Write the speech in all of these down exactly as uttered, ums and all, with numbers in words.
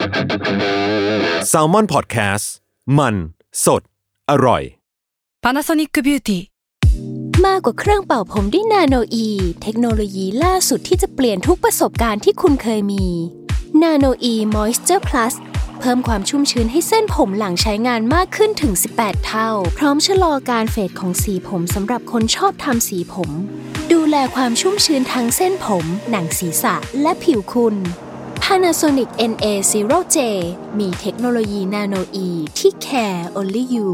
Salmon Podcast มันสดอร่อย Panasonic Beauty มากกว่าเครื่องเป่าผมด้วยนาโนอีเทคโนโลยีล่าสุดที่จะเปลี่ยนทุกประสบการณ์ที่คุณเคยมีนาโนอี Moisture Plus เพิ่มความชุ่มชื้นให้เส้นผมหลังใช้งานมากขึ้นถึงสิบแปดเท่าพร้อมชะลอการเฟดของสีผมสำหรับคนชอบทำสีผมดูแลความชุ่มชื้นทั้งเส้นผมหนังศีรษะและผิวคุณ Panasonic เอ็น เอ ศูนย์ เจ มีเทคโนโลยีนาโนอีที่ care only you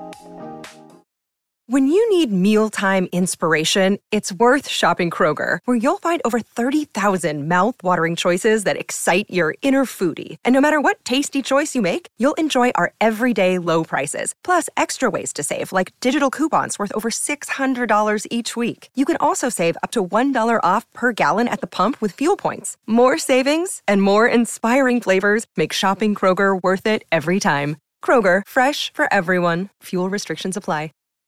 When you need mealtime inspiration, it's worth shopping Kroger, where you'll find over thirty thousand mouth-watering choices that excite your inner foodie. And no matter what tasty choice you make, you'll enjoy our everyday low prices, plus extra ways to save, like digital coupons worth over six hundred dollars each week. You can also save up to one dollar off per gallon at the pump with fuel points. More savings and more inspiring flavors make shopping Kroger worth it every time. Kroger, fresh for everyone. Fuel restrictions apply.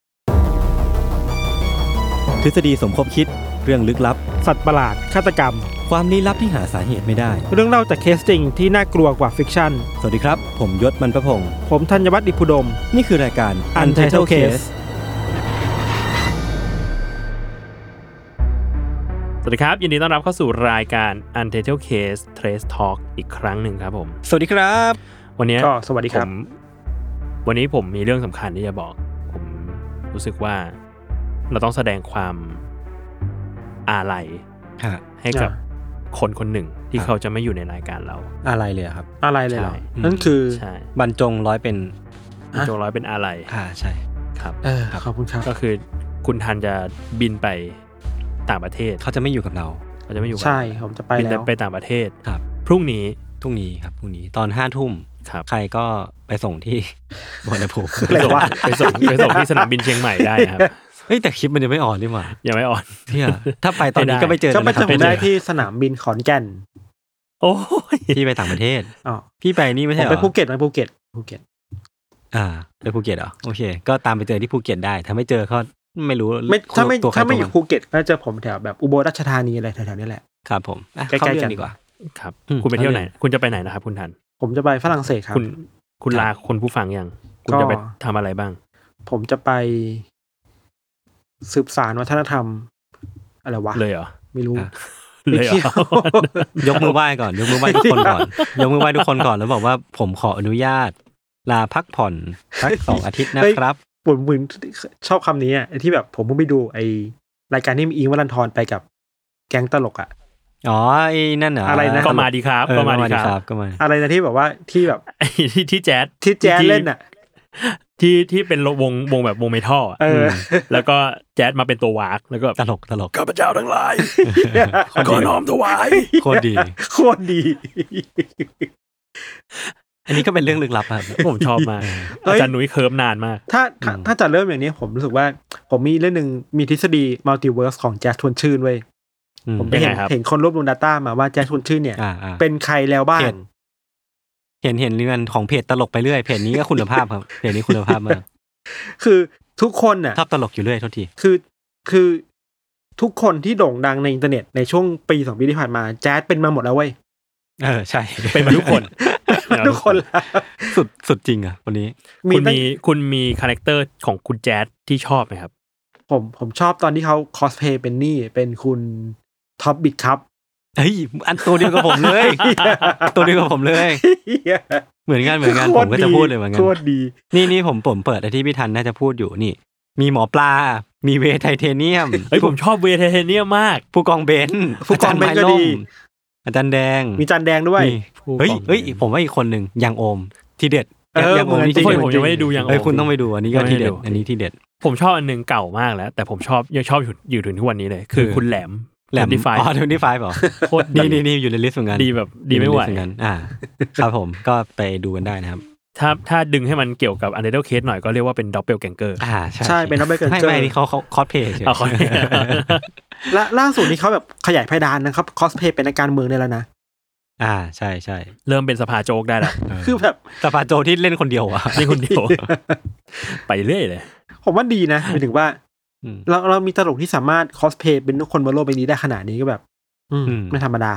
ทฤษฎีสมคบคิดเรื่องลึกลับสัตว์ประหลาดฆาตกรรมความลี้ลับที่หาสาเหตุไม่ได้เรื่องเล่าจากเคสจริงที่น่ากลัวกว่าฟิกชั่นสวัสดีครับผมยศมันประพงษ์ผมธัญวัฒน์อิพุดมนี่คือรายการ Untitled Case สวัสดีครับยินดีต้อนรับเข้าสู่รายการ Untitled Case Trace Talk อีกครั้งหนึ่งครับผมสวัสดีครับวันนี้ก็สวัสดีครับวันนี้ผมมีเรื่องสำคัญที่จะบอกผมรู้สึกว่าเราต้องแสดงความอาลัยให้กับคนคนหนึ่งที่เขาจะไม่อยู่ในรายการเราอาลัยเลยครับอาลัยเลยเหรอนั่นคือบรรจงร้อยเป็นบรรจงร้อยเป็นอาลัยอ่าใช่ครับเออขอบคุณครับก็คือคุณทันจะบินไปต่างประเทศเขาจะไม่อยู่กับเราเขาจะไม่อยู่ใช่ผมจะไปแล้วไปต่างประเทศครับพรุ่งนี้พรุ่งนี้ครับพรุ่งนี้ตอนห้าทุ่มใครก็ไปส่งที่บนภูมิไปส่งไปส่งไปส่งที่สนามบินเชียงใหม่ได้ครับเฮ้ยแต่คลิปมันยังไม่ออนนี่หว่ายังไม่ออนเที่ยถ้าไปตอนนี้ก็ไม่เจอก็ไปเจอได้ที่สนามบินขอนแก่นโอ้ยพี่ไปต่างประเทศอ๋อพี่ไปนี่ไม่ใช่เหรอไปภูเก็ตไปภูเก็ตภูเก็ตอ่าไปภูเก็ตเหรอโอเคก็ตามไปเจอที่ภูเก็ตได้ถ้าไม่เจอก็ไม่รู้ไม่ถ้าไม่ถ้าไม่อยู่ภูเก็ตก็เจอผมแถวแบบอุบลราชธานีอะไรแถวๆนี้แหละครับผมใกล้ๆกันดีกว่าครับคุณไปเที่ยวไหนคุณจะไปไหนนะครับคุณทันผมจะไปฝรั่งเศสครับคุณคุณลาคนผู้ฟังยังคุณจะไปทำอะไรบ้างผมจะไปสืบสารวัฒนธรรมอะไรวะเลยเหรอไม่รู้เลยเหรอยกมือไหว้ก่อนยกมือไหว้ทุกคนก่อนยกมือไหว้ทุกคนก่อนแล้วบอกว่าผมขออนุญาตลาพักผ่อนสักสองอาทิตย์นะครับผมเหมือนชอบคำนี้อ่ะที่แบบผมเพิ่งไปดูไอรายการที่มีอิงค์วรันธรไปกับแก๊งตลกอ่ะอ๋อไอ้นั่นเหรออะไรนะก็มาดีครับก็มาดีครับก็มาอะไรนะที่แบบว่าที่แบบที่ที่แจ๊สที่แจ๊สเล่นอ่ะที่ที่เป็นวงวงแบบวงเมทัลอ่ะแล้วก็แจ๊สมาเป็นตัววากแล้วก็ตลกตลกข้าพเจ้าทั้งหลายขอน้อมถวายโคตรดีโคตรดีอันนี้ก็เป็นเรื่องลึกลับครับผมชอบมากอาจารย์นุ้ยเคิร์ฟนานมากถ้าถ้าจะเริ่มอย่างนี้ผมรู้สึกว่าผมมีเรื่องนึงมีทฤษฎีมัลติเวิร์สของแจ๊สชวนชื่นเว้ยผมไปเห็นเห็นคนรวบรวม data มาว่าแจ๊สชวนชื่นเนี่ยเป็นใครแล้วบ้างเห็นเห็นเรื่องของเพจตลกไปเรื่อยเพจนี้ก็คุณภาพครับเพจนี้คุณภาพมากคือทุกคนน่ะชอบตลกอยู่เรื่อยทุกทีคือคือทุกคนที่โด่งดังในอินเทอร์เน็ตในช่วงปีสองปีที่ผ่านมาแจ๊สเป็นมาหมดแล้วเว้ยเออใช่เป็นมาทุกคนทุกคนแล้วสุดสุดจริงอ่ะวันนี้คุณมีคุณมีคาแรคเตอร์ของคุณแจ๊สที่ชอบไหมครับผมผมชอบตอนที่เขาคอสเพลย์เป็นนี่เป็นคุณท็อปบิ๊กครับเฮ้ยอันตัวเดียวกับผมเลยตัวเดียวกับผมเลยเหมือนกันเหมือนกันผมก็จะพูดเลยเหมือนกันโคตรดีนี่นี่ผมผมเปิดไอ้ที่พี่ทันน่าจะพูดอยู่นี่มีหมอปลามีเวไทเทเนียมเฮ้ยผมชอบเวไทเทเนียมมากผู้กองเบนผู้กองเบนก็ดีอาจารย์แดงมีจันแดงด้วยเฮ้ยเฮ้ยผมว่าอีกคนนึงยังโอมที่เด็ดยังโอมนี่ผมยังไม่ได้ดูยังโอมเฮ้ยคุณต้องไปดูอันนี้ก็ที่เด็ดอันนี้ที่เด็ดผมชอบอันนึงเก่ามากแล้วแต่ผมชอบยังชอบอยู่อยู่ถึงทุกวันนี้เลยคือคุณแหลมแหลมอ๋อยี่สิบห้าเหรอโคตรดีนี่ๆอยู่ในลิสต์เหมือนกันดีแบบดีไม่ไหวเหมือนกันอ่าครับผมก็ไปดูกันได้นะครับถ้าถ้าดึงให้มันเกี่ยวกับ Untitled Case หน่อยก็เรียกว่าเป็น Doppelganger อ่าใช่ใช่เป็น Doppelganger ไม่ๆนี่เขาเขาคอสเพลย์ใช่และล่าสุดนี้เขาแบบขยายเพดานนะครับคอสเพลย์เป็นนักการเมืองได้แล้วนะอ่าใช่ๆเริ่มเป็นสภาโจ๊กได้แล้วคือแบบสภาโจ๊กที่เล่นคนเดียวอ่ะเล่นคนเดียวไปเรื่อยเลยผมว่าดีนะหมายถึงว่าเราเรามีตลกที่สามารถคอสเพลย์เป็นทุกคนบนโลกใบนี้ได้ขนาดนี้ก็แบบไม่ธรรมดาครับ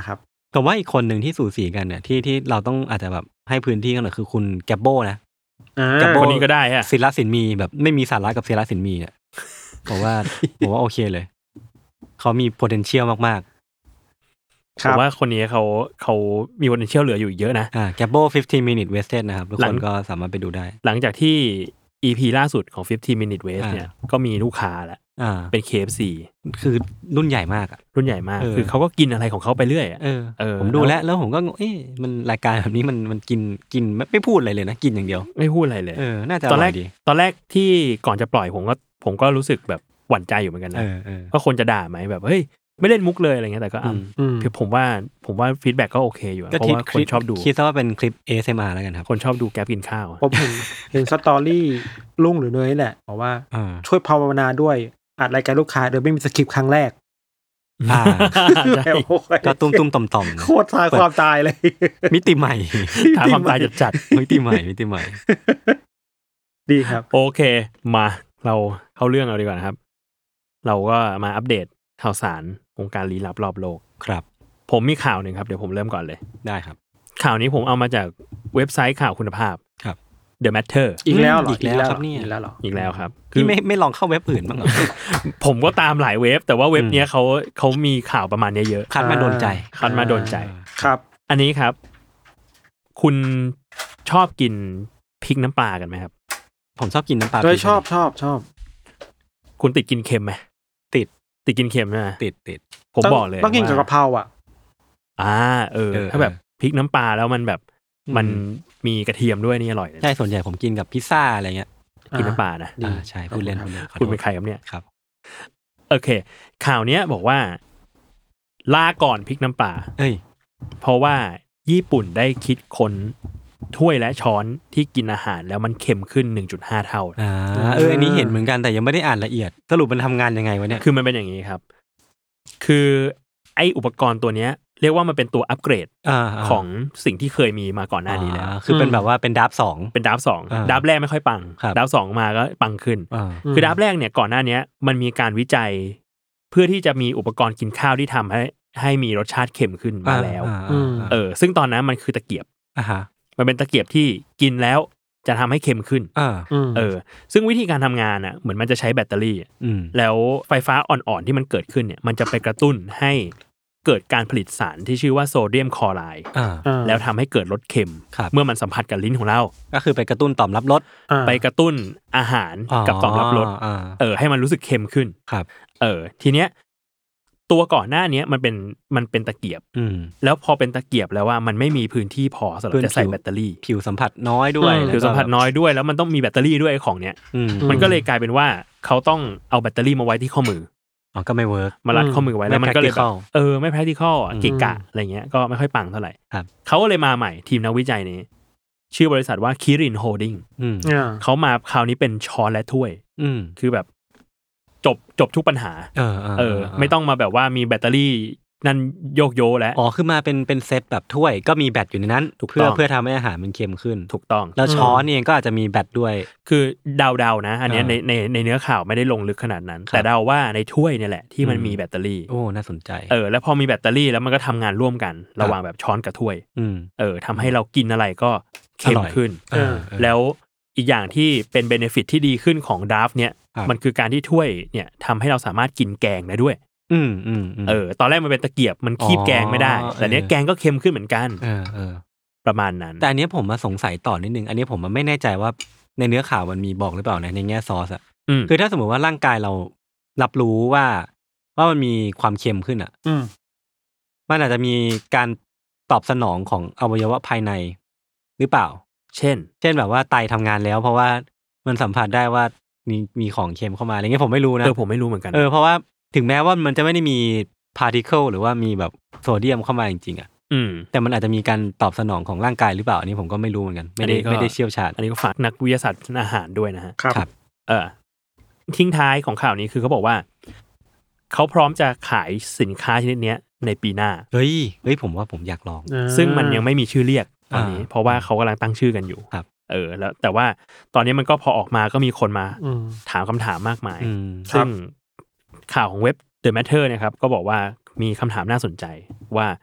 ผมว่าอีกคนหนึ่งที่สูสีกันเนี่ยที่ที่เราต้องอาจจะแบบให้พื้นที่กันหน่อยคือคุณแกบโบนะแกบโบนี้ก็ได้ฮะศิลศิลป์มีแบบไม่มีสาระกับศิลศิลป์มีเนี่ยผมว่าผมว่าโอเคเลยเขามี potential มากๆผมว่าคนนี้เขาเขามี potential เหลืออยู่เยอะนะอ่าแกบโบfifteen minute wasted นะครับทุกคนก็สามารถไปดูได้หลังจากที่ อี พี ล่าสุดของfifteen minute waste เนี่ยก็มีลูกค้าแล้วเป็น เค เอฟ ซีคือรุ่นใหญ่มากอ่ะรุ่นใหญ่มากคือเขาก็กินอะไรของเขาไปเรื่อยอ่ะเออเออผมดูแล้วแล้วผมก็เอ๊ะมันรายการแบบนี้มันมันกินกินไม่ไม่พูดอะไรเลยนะกินอย่างเดียวไม่พูดอะไรเลยเออน่าจะตอนแรกตอนแรกที่ก่อนจะปล่อยผมก็ผมก็รู้สึกแบบหวั่นใจอยู่เหมือนกันนะว่าคนจะด่าไหมแบบเฮ้ยไม่เล่นมุกเลยอะไรเงี้ยแต่ก็อ่ะผมว่าผมว่าฟีดแบ็กก็โอเคอยู่เพราะว่าคนชอบดูคิดซะว่าเป็นคลิป เอ เอส เอ็ม อาร์ แล้วกันครับคนชอบดูแก๊ปกินข้าวผมเห็นเห็นสตอรี่ลุงหรือเนยแหละบอกว่าช่วยภาวนาด้วยอัดรายการลูกค้าโดยไม่มีสคริปต์ครั้งแรกอ่าก็ตุ้มๆต่อมๆโคตรทายความตายเลยมิติใหม่ทายความตายจัดๆมิติใหม่มิติใหม่ดีครับโอเคมาเราเข้าเรื่องเอาดีกว่านะครับเราก็มาอัปเดตข่าวสารวงการลี้ลับรอบโลกครับผมมีข่าวหนึ่งครับเดี๋ยวผมเริ่มก่อนเลยได้ครับข่าวนี้ผมเอามาจากเว็บไซต์ข่าวคุณภาพครับ The Matter อีกแล้วหรออีกแล้วครับนี่อีกแล้วหรออีกแล้วครับคือไม่ไม่ลองเข้าเว็บอื่นบ้างเหรอผมก็ตามหลายเว็บแต่ว่าเว็บเนี้ยเขาเขามีข่าวประมาณนี้เยอะคันมาโดนใจคันมาโดนใจครับอันนี้ครับคุณชอบกินพริกน้ำปลากันไหมครับผมชอบกินน้ำปลาโดยชอบชอบชอบคุณติดกินเค็มไหมติดติดกินเค็มนะติดติดผมบอกเลยต้องกินกับกะเพราอ่ะอ่าเออถ้าแบบพริกน้ำปลาแล้วมันแบบมันมีกระเทียมด้วยนี่อร่อยใช่ส่วนใหญ่ผมกินกับพิซซ่าอะไรเงี้ยกินน้ำปลานะอ่าใช่พูดเล่นพูดเล่นคุณเป็นใครครับเนี่ยครับโอเคข่าวเนี้ยบอกว่าลาก่อนพริกน้ำปลาเอ้ยเพราะว่าญี่ปุ่นได้คิดค้นถ้วยและช้อนที่กินอาหารแล้วมันเค็มขึ้น หนึ่งจุดห้า เท่าอ่าเอออันนี้เห็นเหมือนกันแต่ยังไม่ได้อ่านละเอียดสรุปมันทำงานยังไงวะเนี่ยคือมันเป็นอย่างนี้ครับคือไออุปกรณ์ตัวเนี้ยเรียกว่ามันเป็นตัวอัปเกรดของสิ่งที่เคยมีมาก่อนหน้านี้แล้วคือเป็นแบบว่าเป็นดับสองเป็นดับสองดับแรกไม่ค่อยปังดับสองมาก็ปังขึ้นคือดับแรกเนี่ยก่อนหน้านี้มันมีการวิจัยเพื่อที่จะมีอุปกรณ์กินข้าวที่ทำให้ให้มีรสชาติเค็มขึ้นมาแล้วเออซึ่งตอนนั้นมันคือตะเกียบมันเป็นตะเกียบที่กินแล้วจะทำให้เค็มขึ้นเออซึ่งวิธีการทำงานอ่ะเหมือนมันจะใช้แบตเตอรี่แล้วไฟฟ้าอ่อนๆที่มันเกิดขึ้นเนี่ยมันจะไปกระตุ้นให้เกิดการผลิตสารที่ชื่อว่าโซเดียมคลอไรด์แล้วทำให้เกิดรสเค็มเมื่อมันสัมผัสกับลิ้นของเราก็คือไปกระตุ้นต่อมรับรสไปกระตุ้นอาหารกับต่อมรับรสเออให้มันรู้สึกเค็มขึ้นครับเออทีเนี้ยตัวก่อนหน้านี้มันเป็นมันเป็นตะเกียบแล้วพอเป็นตะเกียบแล้วว่ามันไม่มีพื้นที่พอสำหรับจะใส่แบตเตอรี่ผิวสัมผัสน้อยด้วยผิวสัมผัสน้อยด้วยแล้วมันต้องมีแบตเตอรี่ด้วยของเนี้ยมันก็เลยกลายเป็นว่าเขาต้องเอาแบตเตอรี่มาไว้ที่ข้อมืออ๋อก็ไม่เวิร์กมารัดข้อมือไว้แล้วมันก็เลยแบบเออไม่ practical อ่ะเกะกะอะไรเงี้ยก็ไม่ค่อยปังเท่าไหร่เขาก็เลยมาใหม่ทีมนักวิจัยนี้ชื่อบริษัทว่า Kirin Holding เขามาคราวนี้เป็นช้อนและถ้วยคือแบบจบจบทุกปัญหาเออเออไม่ต้องมาแบบว่ามีแบตเตอรี่นั่นโยกโยแล้วอ๋อคือมาเป็นเป็นเซตแบบถ้วยก็มีแบตอยู่ในนั้นเพื่อเพื่อทำให้อาหารมันเค็มขึ้นถูกต้องแล้วช้อนเองก็อาจจะมีแบตด้วยคือเดาๆนะอันนี้ในในในเนื้อข่าวไม่ได้ลงลึกขนาดนั้นแต่เดาว่าในถ้วยนี่แหละที่มันมีแบตเตอรี่โอ้น่าสนใจเออแล้วพอมีแบตเตอรี่แล้วมันก็ทำงานร่วมกันระหว่างแบบช้อนกับถ้วยเออทำให้เรากินอะไรก็เค็มขึ้นแล้วอีกอย่างที่เป็นเบเนฟิตที่ดีขึ้นของดราฟเนี่ยมันคือการที่ถ้วยเนี่ยทำให้เราสามารถกินแกงได้ด้วยอืมอืมเออตอนแรกมันเป็นตะเกียบมันคีบแกงไม่ได้แต่เนี้ยแกงก็เค็มขึ้นเหมือนกันเออเออประมาณนั้นแต่อันนี้ผมมาสงสัยต่อนิดนึงอันนี้ผมมันไม่แน่ใจว่าในเนื้อข่าวมันมีบอกหรือเปล่าในในแง่ซอสอ่ะคือถ้าสมมติว่าร่างกายเรารับรู้ว่าว่ามันมีความเค็มขึ้นอ่ะมันอาจจะมีการตอบสนองของอวัยวะภายในหรือเปล่าเช่นเช่นแบบว่าไตทำงานแล้วเพราะว่ามันสัมผัสได้ว่ามีมีของเค็มเข้ามาอะไรเงี้ยผมไม่รู้นะเออผมไม่รู้เหมือนกันเออเพราะว่าถึงแม้ว่ามันจะไม่ได้มีพาร์ติเคิลหรือว่ามีแบบโซเดียมเข้ามาจริงๆอ่ะแต่มันอาจจะมีการตอบสนองของร่างกายหรือเปล่าอันนี้ผมก็ไม่รู้เหมือนกันไม่ได้ไม่ได้เชี่ยวชาญอันนี้ก็ฝากนักวิทยาศาสตร์อาหารด้วยนะฮะครับเออทิ้งท้ายของข่าวนี้คือเขาบอกว่าเขาพร้อมจะขายสินค้าชนิดนี้ในปีหน้าเฮ้ยเฮ้ยผมว่าผมอยากลองซึ่งมันยังไม่มีชื่อเรียกตอนนี้เพราะว่าเขากำลังตั้งชื่อกันอยู่เออแล้วแต่ว่าตอนนี้มันก็พอออกมาก็มีคนมาถามคำถามมากมายซึ่งข่าวของเว็บ The Matter นะครับก็บอกว่ามีคำถามน่าสนใจว่า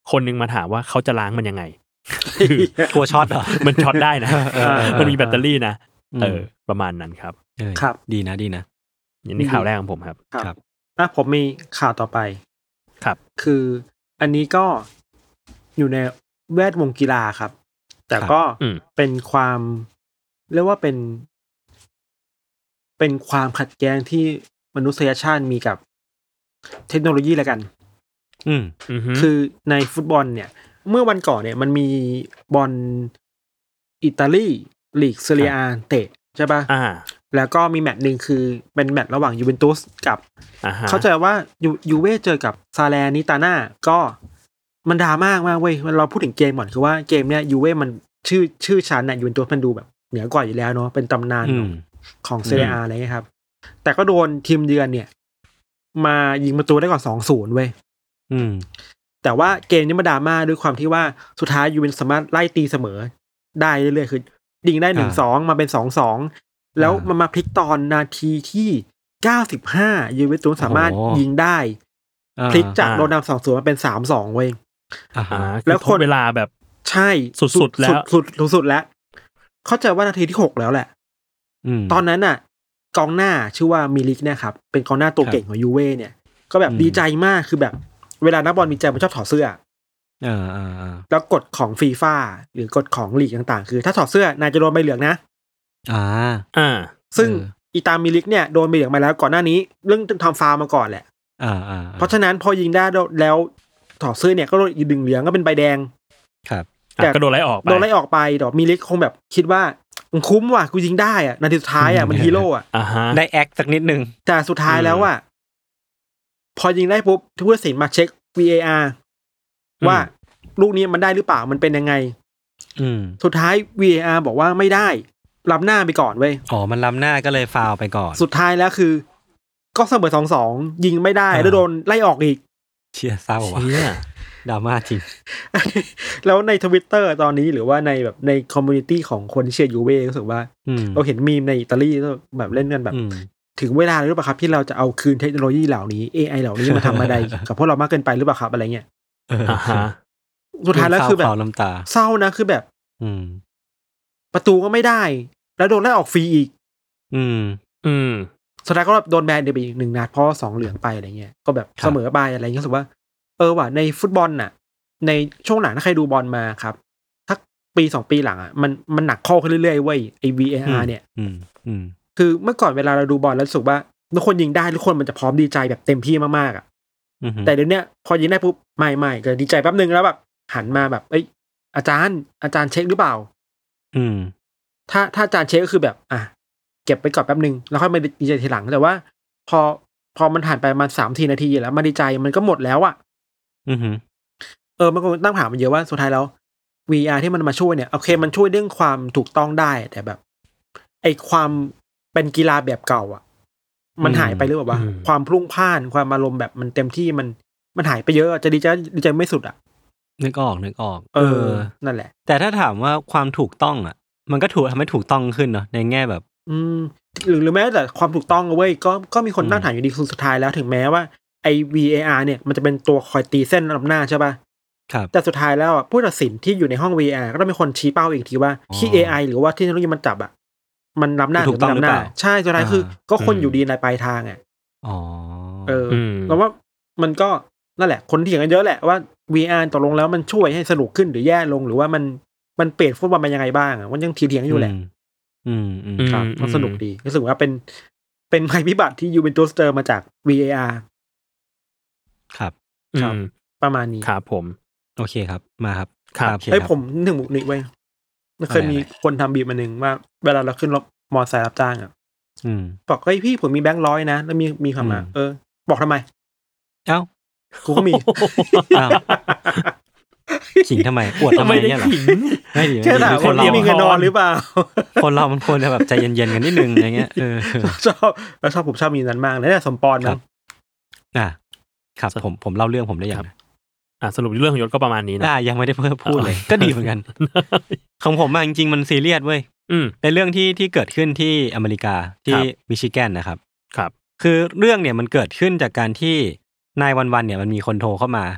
คนนึงมาถามว่าเขาจะล้างมันยังไงกลัวช็อตเหรอมันช็อตได้นะมันมีแบตเตอรี่นะเออประมาณนั้นครับครับดีนะดีนะอย่างนี้ข่าวแรกของผมครับครับอ่ะผมมีข่าวต่อไปครับคืออันนี้ก็อยู่ในแวดวงกีฬาครับแต่ก็เป็นความเรียกว่าเป็นเป็นความขัดแย้งที่มนุษยชาติมีกับเทคโนโลยีแล้วกันอืมคือในฟุตบอลเนี่ยเมื่อวันก่อนเนี่ยมันมีบอลอิตาลีลีกเซเรีย A เตะใช่ป่ะอ่าแล้วก็มีแมตช์นึงคือเป็นแมตช์ระหว่างยูเวนตุสกับเข้าใจว่ายูยูเว่เจอกับซาเลร์นิตาน่าก็มันดราม่ามากเว้ยเราพูดถึงเกมก่อนคือว่าเกมเนี้ยยูเว่มันชื่อชื่อชั้นน่ะยูเวนตุสมันดูแบบเหนือกว่าอยู่แล้วเนาะเป็นตำนานของเซเรีย A อะไรเงี้ยครับแต่ก็โดนทีมเยือนเนี่ยมายิงประตูได้ก่อน สองศูนย์ เว้ยอืมแต่ว่าเกมนี้มาดราม่าด้วยความที่ว่าสุดท้ายยูเวนตุสสามารถไล่ตีเสมอได้เรื่อยๆคือยิงได้ หนึ่งสอง มาเป็น สองสอง แล้วมันมาพลิกตอนนาทีที่เก้าสิบห้ายูเวนตุสสามารถยิงได้พลิกจากโดนนำ สองศูนย์ มาเป็น สามสอง เว้ยแล้วคนเวลาแบบใช่สุดๆแล้วสุดๆสุดๆแล้วเข้าใจว่านาทีที่หกแล้วแหละตอนนั้นน่ะกองหน้าชื่อว่ามิลิกเนี่ยครับเป็นกองหน้าตัวเก่งของยูเว่เนี่ยก็แบบดีใจมากคือแบบเวลานักบอลมีใจมันชอบถอดเสื้อเออๆแล้วกฎของฟีฟ่าหรือกฎของลีกต่างๆคือถ้าถอดเสื้อนายจะโดนใบเหลืองนะอ่าอ่าซึ่งอีตามิลิกเนี่ยโดนใบเหลืองมาแล้วก่อนหน้านี้เรื่องทำฟาวล์มาก่อนแหละอ่าๆเพราะฉะนั้นพอยิงได้แล้วถอดเสื้อเนี่ยก็โดนอีกดึงเหลืองก็เป็นใบแดงครับแต่ก็โดนไล่ออกไปโดนไล่ออกไปดอกมิลิกคงแบบคิดว่ามันคุ้มว่ะกูยิงได้อ่ะนาทีสุดท้ายอ่ะมันฮีโร่อ่ะได้แอคสักนิดนึงแต่สุดท้ายแล้วอ่ะพอยิงได้ปุ๊บผู้ตัดสินมาเช็ค วี เอ อาร์ ว่าลูกนี้มันได้หรือเปล่ามันเป็นยังไงสุดท้าย วี เอ อาร์ บอกว่าไม่ได้ล้ำหน้าไปก่อนเว้ยอ๋อมันล้ำหน้าก็เลยฟาวไปก่อนสุดท้ายแล้วคือก็เสมอ สองสอง ยิงไม่ได้แล้วโดนไล่ออกอีกเชี่ยเศร้าว่ะดราม่าจริงแล้วใน Twitter ตอนนี้หรือว่าในแบบในคอมมูนิตี้ของคนที่เชียร์ยูเว่รู้สึกว่าเราเห็นมีมในอิตาลีแบบเล่นกันแบบถึงเวลาหรือเปล่าครับที่เราจะเอาคืนเทคโนโลยีเหล่านี้ เอ ไอ เหล่านี้มาทำอะไรกับพวกเรามากเกินไปหรือเปล่าครับอะไรเงี้ยอ่าฮะสุดท้ายแล้วคือแบบเศร้านะคือแบบประตูก็ไม่ได้แล้วโดนไล่ออกฟรีอีกอืมอืมสุดท้ายก็โดนแบนไปอีกหนึ่งนัดเพราะสองเหลืองไปอะไรเงี้ยก็แบบเสมอไปอะไรเงี้ยรู้สึกว่าเออว่ะในฟุตบอลน่ะในช่วงหลังถ้าใครดูบอลมาครับทักปีสองปีหลังอ่ะมันมันหนักข้อขึ้นเรื่อยๆเว้ยไอ้ วี เอ อาร์ เนี่ยอืมอืมคือเมื่อก่อนเวลาเราดูบอลแล้วรู้สึกว่าทุกคนยิงได้ทุกคนมันจะพร้อมดีใจแบบเต็มที่มากๆอ่ะแต่เดี๋ยวนี้พอยิงได้ปุ๊บไม่ไม่ก็ดีใจแป๊บนึงแล้วแบบหันมาแบบเอ้ยอาจารย์อาจารย์เช็คหรือเปล่าอืมถ้าถ้าอาจารย์เช็คก็คือแบบอ่ะเก็บไปก่อนแป๊บนึงแล้วค่อยมาดีใจทีหลังแต่ว่าพอพอมันผ่านไปมา สามถึงสี่ นาทีแล้วมาดีใจมันก็หมดแล้วอ่ะอือฮึเออมันก็ตั้งถามมันเยอะว่าสุดท้ายแล้ว วี อาร์ ที่มันมาช่วยเนี่ยโอเคมันช่วยเรื่องความถูกต้องได้แต่แบบไอ้ความเป็นกีฬาแบบเก่าอ่ะมันหายไปหรือเปล่าวะความพลุ่งพล่านความอารมณ์แบบมันเต็มที่มันมันหายไปเยอะจะดีใจดีใจไม่สุดอ่ะนึกออกนึกออกเออนั่นแหละแต่ถ้าถามว่าความถูกต้องอ่ะมันก็ถูกทำให้ถูกต้องขึ้นเนาะในแง่แบบอืมหรือหรือแม้แต่ความถูกต้องเว้ยก็ก็มีคนตั้งถามอยู่ดีสุดท้ายแล้วถึงแม้ว่าไอ้ วี เอ อาร์ เนี่ยมันจะเป็นตัวคอยตีเส้นลำหน้าใช่ป่ะครับแต่สุดท้ายแล้วอ่ะผู้ตัดสินที่อยู่ในห้อง วี เอ อาร์ ก็ต้องเป็นคนชี้เป้าอีกทีว่าที่ เอ ไอ หรือว่าที่เทคโนโลยีมันจับอ่ะมันล้ำหน้าหรือไม่ล้ำหน้าใช่สุดท้ายคือก็คนอยู่ดีในปลายทางอ่ะอ๋อเออแล้วว่ามันก็นั่นแหละคนเถียงกันเยอะแหละว่า วี อาร์ ตกลงแล้วมันช่วยให้สนุกขึ้นหรือแย่ลงหรือว่ามันมันเปลี่ยนฟุตบอลเป็นยังไงบ้างอ่ะมันยังเถียงอยู่แหละอืมอืมครับมันสนุกดีรู้สึกว่าเป็นเป็นภัยพิบัติที่ยูเวนตุสเจอมาจาก วี เอ อาร์ครับครับประมาณนี้ครับผมโอเคครับมาครับครับเฮ้ยผมนึกมุกนี้ไว้เคยมีคนทำบีบมานึงว่าเวลาเราขึ้นรถมอเตอร์ไซค์รับจ้างอ่ะอืมบอกเฮ้ยพี่ผมมีแบงค์ร้อยนะแล้วมีมีคำมาเออบอกทำไมเอ้ากูก็มีอ้าวขิงทำไมอวดทำไมเนี่ยหรอไม่ดีแค่ถามคนเรามีเงินนอนหรือเปล่าคนเรามันควรจะแบบใจเย็นๆกันนิดนึงอะไรเงี้ยเออชอบแล้วชอบผมชอบมีนั้นมากแล้วเนี่ยสมปอนนะอ่ะครับผมผมเล่าเรื่องผมได้ยังอ่ะสรุปเรื่องของยศก็ประมาณนี้นะอ่ะยังไม่ได้เพิ่มพูดเลยก็ดีเหมือนกันของผมจริงๆมันซีเรียสเว้ยเป็นเรื่องที่ที่เกิดขึ้นที่อเมริกาที่มิชิแกนนะครับครับคือเรื่องเนี่ยมันเกิดขึ้นจากการที่นายวันๆเนี่ยมันมีคนโทรเข้ามา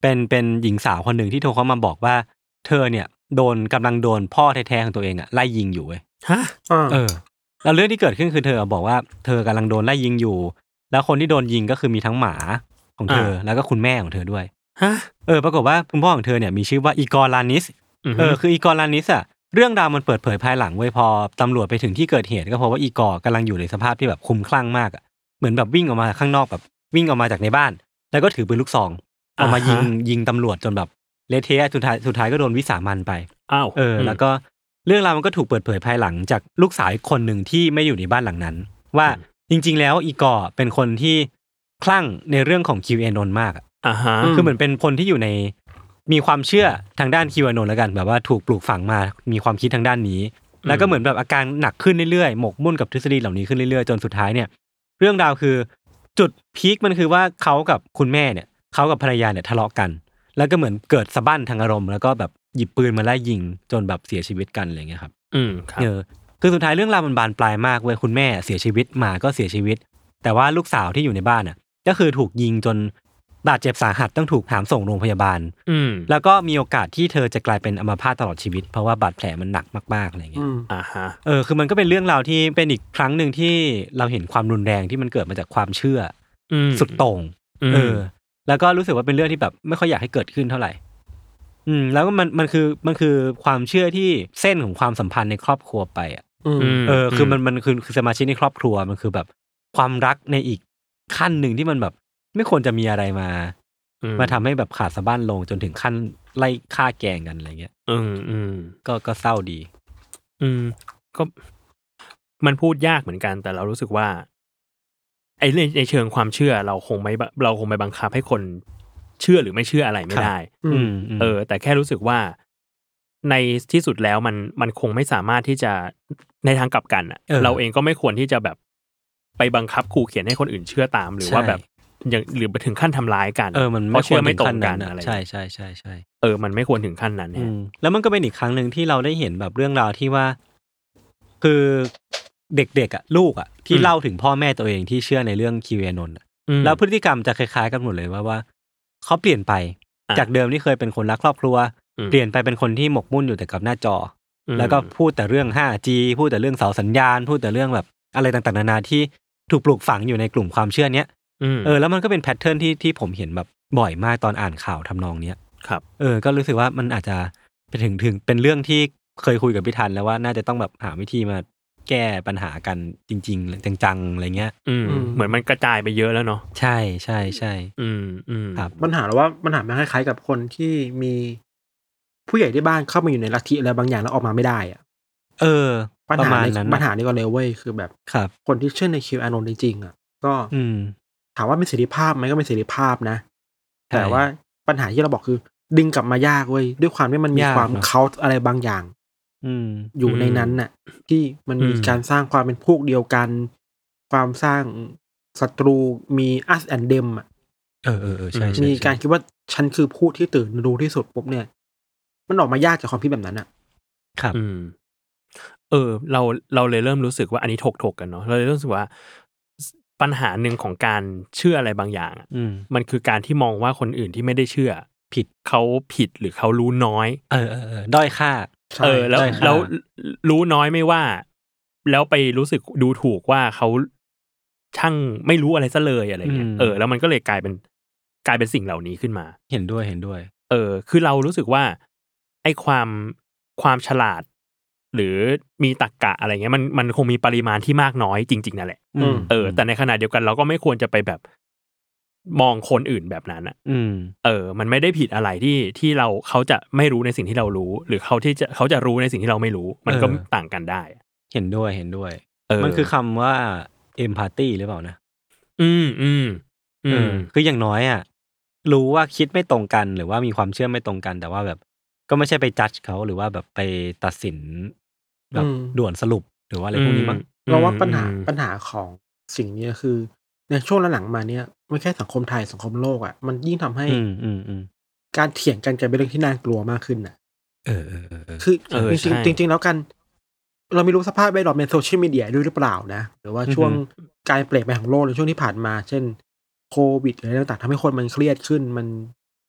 เป็นเป็นหญิงสาวคนหนึ่งที่โทรเข้ามาบอกว่าเธอเนี่ยโดนกำลังโดนพ่อแท้ๆของตัวเองอ่ะไล่ยิงอยู่เว้ยฮะเออแล้วเรื่องที่เกิดขึ้นคือเธอบอกว่าเธอกำลังโดนไล่ยิงอยู่แล้วคนที่โดนยิงก็คือมีทั้งหมาของเธอแล้วก็คุณแม่ของเธอด้วยฮะเออปรากฏว่าคุณพ่อของเธอเนี่ยมีชื่อว่าอีกอร์ลานิสเออคืออีกอร์ลานิสอ่ะเรื่องราวมันเปิดเผยภายหลังเว้ยพอตำรวจไปถึงที่เกิดเหตุก็เพราะว่าอีกอร์กำลังอยู่ในสภาพที่แบบคลุ้มคลั่งมากอ่ะเหมือนแบบวิ่งออกมาข้างนอกแบบวิ่งออกมาจากในบ้านแล้วก็ถือปืนลูกซองออกมายิงยิงตำรวจจนแบบเละเทะสุดท้ายสุดท้ายก็โดนวิสามันไปอ้าวเออแล้วก็เรื่องราวมันก็ถูกเปิดเผยภายหลังจากลูกสาวอีกคนหนึ่งที่ไม่อยู่ในบ้านหลังนั้นว่าจริงๆแล้วอีกอร์เป็นคนที่คลั่งในเรื่องของ คิว เอ น อน มากอ่ะอ่าฮะคือเหมือนเป็นคนที่อยู่ในมีความเชื่อทางด้าน คิว เอ น อน แล้วกันแบบว่าถูกปลูกฝังมามีความคิดทางด้านนี้แล้วก็เหมือนแบบอาการหนักขึ้นเรื่อยๆหมกมุ่นกับทฤษฎีเหล่านี้ขึ้นเรื่อยๆจนสุดท้ายเนี่ยเรื่องราวคือจุดพีคมันคือว่าเขากับคุณแม่เนี่ยเขากับภรรยาเนี่ยทะเลาะกันแล้วก็เหมือนเกิดสะบั้นทางอารมณ์แล้วก็แบบหยิบปืนมาไล่ยิงจนแบบเสียชีวิตกันอะไรเงี้ยครับอืมครับเออคือสุดท้ายเรื่องราวมันบานปลายมากเว้ยคุณแม่เสียชีวิตหมาก็เสียชีวิตแต่ว่าลูกสาวที่อยู่ในบ้านน่ะก็คือถูกยิงจนบาดเจ็บสาหัสต้องถูกหามส่งโรงพยาบาลอืมแล้วก็มีโอกาสที่เธอจะกลายเป็นอัมพาตตลอดชีวิตเพราะว่าบาดแผลมันหนักมากๆอะไรเงี้ยอ่าฮะเออคือมันก็เป็นเรื่องราวที่เป็นอีกครั้งนึงที่เราเห็นความรุนแรงที่มันเกิดมาจากความเชื่อสุดโต่งเออแล้วก็รู้สึกว่าเป็นเรื่องที่แบบไม่ค่อยอยากให้เกิดขึ้นเท่าไหร่อืมแล้วก็มันมันคือมันคือความเชื่อที่เส้นของความสัมพันธ์ในครอบครัวไปอ่ะเออคือมันมันคือคือสมาชิกในครอบครัวมันคือแบบความรักในอีกขั้นหนึ่งที่มันแบบไม่ควรจะมีอะไรมามาทำให้แบบขาดสะบั้นลงจนถึงขั้นไล่ฆ่าแกงกันอะไรเงี้ยอืมอืมก็ก็เศร้าดีอืมก็มันพูดยากเหมือนกันแต่เรารู้สึกว่าไอ้ในเชิงความเชื่อเราคงไม่เราคงไม่บังคับให้คนเชื่อหรือไม่เชื่ออะไรไม่ได้เออแต่แค่รู้สึกว่าในที่สุดแล้วมันมันคงไม่สามารถที่จะในทางกลับกันอ่ะ เ, เราเองก็ไม่ควรที่จะแบบไปบังคับขู่เขียนให้คนอื่นเชื่อตามหรือว่าแบบอย่างหรือไปถึงขั้นทำร้ายกันเออมันเพราะเชื่อไม่ตรงกันอะไรใช่ใช่ใช่ใช่เออมันไม่ควรถึงขั้นนั้นเนี่ยแล้วมันก็เป็นอีกครั้งหนึ่งที่เราได้เห็นแบบเรื่องราวที่ว่าคือเด็กๆอ่ะลูกอ่ะที่เล่าถึงพ่อแม่ตัวเองที่เชื่อในเรื่องคิว เอ น อนแล้วพฤติกรรมจะคล้ายๆกันหมดเลยว่าว่าเขาเปลี่ยนไปจากเดิมที่เคยเป็นคนรักครอบครัวเปลี่ยนไปเป็นคนที่หมกมุ่นอยู่แต่กับหน้าจอแล้วก็พูดแต่เรื่อง ห้าจี พูดแต่เรื่องเสาสัญญาณพูดแต่เรื่องแบบอะไรต่างๆนานาที่ถูกปลูกฝังอยู่ในกลุ่มความเชื่อเนี้ยเออแล้วมันก็เป็นแพทเทิร์นที่ที่ผมเห็นแบบบ่อยมากตอนอ่านข่าวทำนองเนี้ยครับเออก็รู้สึกว่ามันอาจจะไปถึงถึงเป็นเรื่องที่เคยคุยกับพี่ทันแล้วว่าน่าจะต้องแบบหาวิธีมาแก้ปัญหากันจริงๆจังๆอะไรเงี้ยอืมเหมือนมันกระจายไปเยอะแล้วเนาะใช่ใช่ใช่อืมอืมครับปัญหาเราว่าปัญหามันคล้ายๆกับคนที่มีผู้ใหญ่ที่บ้านเข้ามาอยู่ในลัทธิอะไรบางอย่างแล้วออกมาไม่ได้อ่ะเออปัญหาในปัญหานี้ก็เลยเว้ยคือแบบคนที่เชื่อใน คิว เอ น อน จริงๆอ่ะก็ถามว่ามีเสรีภาพไหมก็เป็นเสรีภาพนะแต่ว่าปัญหาที่เราบอกคือดึงกลับมายากเว้ยด้วยความที่มันมีความเคาท์อะไรบางอย่างอยู่ในนั้นน่ะที่มันมีการสร้างความเป็นพวกเดียวกันความสร้างศัตรูมี us and them อ่ะเออเออใช่มีการคิดว่าฉันคือผู้ที่ตื่นรู้ที่สุดปุ๊บเนี่ยมันออกมายากจากความคิดแบบนั้นอ่ะครับเออเราเราเลยเริ่มรู้สึกว่าอันนี้ถกๆกันเนาะเราเลยรู้สึกว่าปัญหาหนึ่งของการเชื่ออะไรบางอย่างมันคือการที่มองว่าคนอื่นที่ไม่ได้เชื่อผิดเขาผิดหรือเขารู้น้อยเออเออด้อยค่าเออแล้วแล้วรู้น้อยไม่ว่าแล้วไปรู้สึกดูถูกว่าเขาช่างไม่รู้อะไรซะเลยอะไรเงี้ยเออแล้วมันก็เลยกลายเป็นกลายเป็นสิ่งเหล่านี้ขึ้นมาเห็นด้วยเห็นด้วยเออคือเรารู้สึกว่าไอ้ความความฉลาดหรือมีตรรกะอะไรเงี้ยมันมันคงมีปริมาณที่มากน้อยจริงๆนั่นแหละเออแต่ในขณะเดียวกันเราก็ไม่ควรจะไปแบบมองคนอื่นแบบนั้นอ่ะเออมันไม่ได้ผิดอะไรที่ที่เราเขาจะไม่รู้ในสิ่งที่เรารู้หรือเขาที่จะเขาจะรู้ในสิ่งที่เราไม่รู้มันก็ต่างกันได้เห็นด้วยเห็นด้วยมันคือคำว่า empathy หรือเปล่านะอืมอืมอืมคืออย่างน้อยอ่ะรู้ว่าคิดไม่ตรงกันหรือว่ามีความเชื่อไม่ตรงกันแต่ว่าแบบก็ไม่ใช่ไปจัดเขาหรือว่าแบบไปตัดสินแบบด่วนสรุปหรือว่าอะไรพวกนี้มั้งเราว่าปัญหาปัญหาของสิ่งนี้คือในช่วงหลังๆมาเนี่ยไม่แค่สังคมไทยสังคมโลกอ่ะมันยิ่งทำให้การเถียงกันกลายเป็นเรื่องที่น่ากลัวมากขึ้นน่ะเออเออคือจริงๆจริงๆแล้วกันเราไม่รู้สภาพแวดล้อมในโซเชียลมีเดียด้วยหรือเปล่านะหรือว่าช่วงการเปลี่ยนแปลงของโลกในช่วงที่ผ่านมาเช่นโควิดอะไรต่างๆทำให้คนมันเครียดขึ้นมัน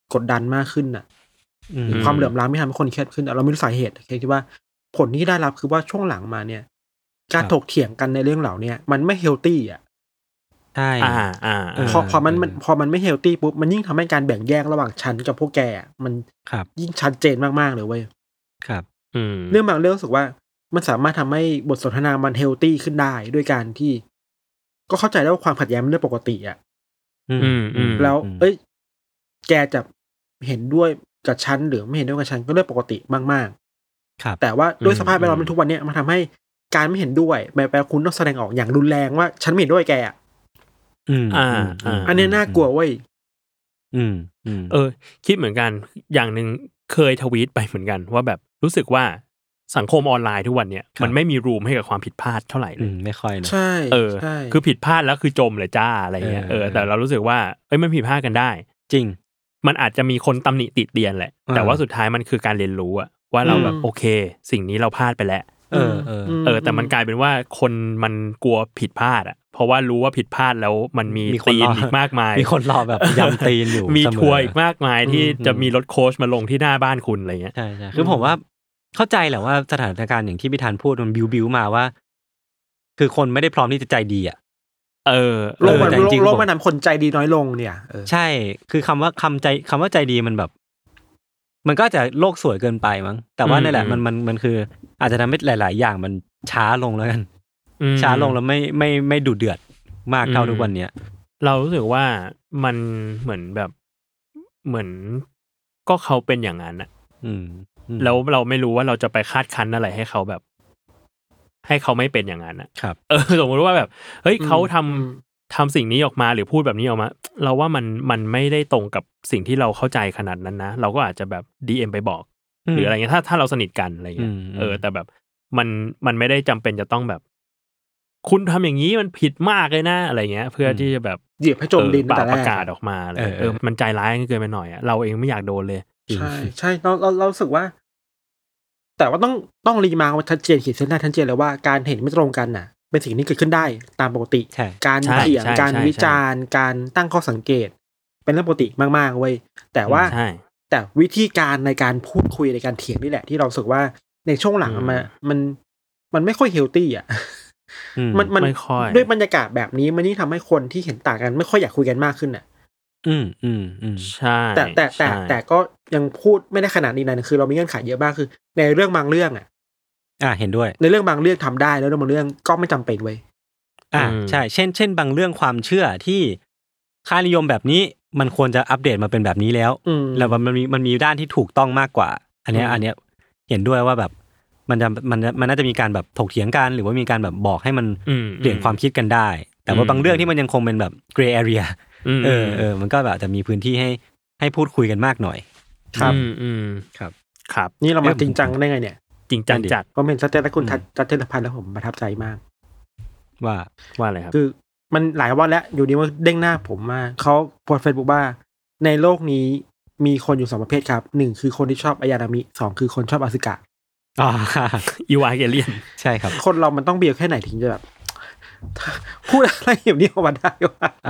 กดดันมากขึ้นน่ะความเหลื่อมล้ำที่ทำให้คนเครียดขึ้นเราไม่รู้สาเหตุแค่คิดว่าผลที่ได้รับคือว่าช่วงหลังมาเนี่ยการถกเถียงกันในเรื่องเหล่านี้มันไม่เฮลตี้อ่ะใช่อ่าอ่าพอพอมันมันพอมันไม่เฮลตี้ปุ๊บมันยิ่งทำให้การแบ่งแยกระหว่างฉันกับพวกแกมันยิ่งชัดเจนมากๆเลยเว้ยครับเรื่องบางเรื่องรู้สึกว่ามันสามารถทำให้บทสนทนามันเฮลตี้ขึ้นได้ด้วยการที่ก็เข้าใจได้ว่าความขัดแย้งมันเรื่องปกติอ่ะแล้วเอ้ยแกจะเห็นด้วยกับฉันหรือไม่เห็นด้วยกับฉันก็เรื่องปกติมากๆครับแต่ว่าด้วยสภาพแวดล้อมทุกวันนี้มันทำให้การไม่เห็นด้วยแปลว่าคุณต้องแสดงออกอย่างรุนแรงว่าฉันไม่เห็นด้วยแกอ่ะอืมอ่าอันนี้น่ากลัวเว้ยอืมเออคิดเหมือนกันอย่างนึงเคยทวีตไปเหมือนกันว่าแบบรู้สึกว่าสังคมออนไลน์ทุกวันเนี่ยมันไม่มีรูมให้กับความผิดพลาดเท่าไหร่เลยไม่ค่อยนะใช่เออคือผิดพลาดแล้วคือจมเลยจ้าอะไรเงี้ยเออแต่เรารู้สึกว่าเอ้ยมันผิดพลาดกันได้จริงมันอาจจะมีคนตำหนิติเตียนแหละแต่ว่าสุดท้ายมันคือการเรียนรู้อะว่าเราแบบโอเคสิ่งนี้เราพลาดไปแล้วเออเออเออแต่มันกลายเป็นว่าคนมันกลัวผิดพลาดอ่ะเพราะว่ารู้ว่าผิดพลาดแล้วมันมีตีนอีกมากมายมีคนรอแบบยำตีนอยู่มีทัวร์อีกมากมายที่จะมีรถโค้ชมาลงที่หน้าบ้านคุณอะไรเงี้ยใช่ใช่คือผมว่าเข้าใจแหละว่าสถานการณ์อย่างที่พี่ธันพูดมันบิวบิวมาว่าคือคนไม่ได้พร้อมที่จะใจดีอ่ะเออโลกมันโลกมันนำคนใจดีน้อยลงเนี่ยใช่คือคำว่าคำใจคำว่าใจดีมันแบบมันก็จะโลกสวยเกินไปมั้งแต่ว่านี่แหละมันมันมันคืออาจจะทำให้หลายๆอย่างมันช้าลงแล้วกันช้าลงแล้วไม่ไม่ไม่ดุเดือดมากเท่าทุกวันเนี้ยเรารู้สึกว่ามันเหมือนแบบเหมือนก็เขาเป็นอย่างนั้นอะแล้วเราไม่รู้ว่าเราจะไปคาดคั้นอะไรให้เขาแบบให้เขาไม่เป็นอย่างนั้นอะครับเออสมมติว่าแบบเฮ้ยเขาทำทำสิ่งนี้ออกมาหรือพูดแบบนี้ออกมาเราว่ามันมันไม่ได้ตรงกับสิ่งที่เราเข้าใจขนาดนั้นนะเราก็อาจจะแบบ ดี เอ็ม ไปบอกหรืออะไรเงี้ยถ้าถ้าเราสนิทกันอะไรเงี้ยเออแต่แบบมันมันไม่ได้จำเป็นจะต้องแบบคุณทำอย่างนี้มันผิดมากเลยนะอะไรเงี้ยเพื่อที่จะแบบเหยียบให้จมดินแต่ประกาศออกมาเลยเออมันใจร้ายเกินไปหน่อยอ่ะเราเองไม่อยากโดนเลยใช่ใช่เราเราเราสึกว่าแต่ว่าต้องต้องรีมาร์คชัดเจนขีดเส้นหน้าชัดเจนเลยว่าการเห็นไม่ตรงกันน่ะเป็นสิ่งที่เกิดขึ้นได้ตามปกติการเถียงการวิจารณ์การตั้งข้อสังเกตเป็นเรื่องปกติมากๆเว้ยแต่ว่าแต่วิธีการในการพูดคุยในการเถียงนี่แหละที่เราสึกว่าในช่วงหลังมันมันมันไม่ค่อยเฮลตี้อ่ะมันมันด้วยบรรยากาศแบบนี้มันนี่ทำให้คนที่เห็นต่างกันไม่ค่อยอยากคุยกันมากขึ้นอ่ะอืมอืมอืมใช่แต่แต่แต่แต่ก็ยังพูดไม่ได้ขนาดนี้นะคือเรามีเงื่อนไขเยอะมากคือในเรื่องบางเรื่องอ่ะอ่าเห็นด้วยในเรื่องบางเรื่องทำได้แล้วเรื่องบางเรื่องก็ไม่จำเป็นเว้ยอ่าใช่เช่นเช่นบางเรื่องความเชื่อที่ค่านิยมแบบนี้มันควรจะอัปเดตมาเป็นแบบนี้แล้วแล้วมันมีมันมีด้านที่ถูกต้องมากกว่าอันนี้อันนี้เห็นด้วยว่าแบบมันจะมันมันน่าจะมีการแบบถกเถียงกันหรือว่ามีการแบบบอกให้มันเปลี่ยนความคิดกันได้แต่ว่าบางเรื่องที่มันยังคงเป็นแบบ gray area เออเออมันก็แบบจะมีพื้นที่ให้ให้พูดคุยกันมากหน่อยครับอืมครับครับนี่เรามาจริงจังได้ไงเนี่ยจริงจังจัดผมเห็นสเตตัสคุณทัศน์เทพพันธ์แล้วผมประทับใจมากว่าว่าอะไรครับคือมันหลายวันแล้วอยู่ดีว่าเด้งหน้าผมมาเขาโพสต์ Facebook ว่าในโลกนี้มีคนอยู่สองประเภทครับหนึ่งคือคนที่ชอบอายานามิสองคือคนชอบอสึกะอ่าอีวาเกเลียนใช่ครับคนเรามันต้องเบียวแค่ไหนถึงจะแบบพูดอะไรอย่างนี้ออกมาได้วะ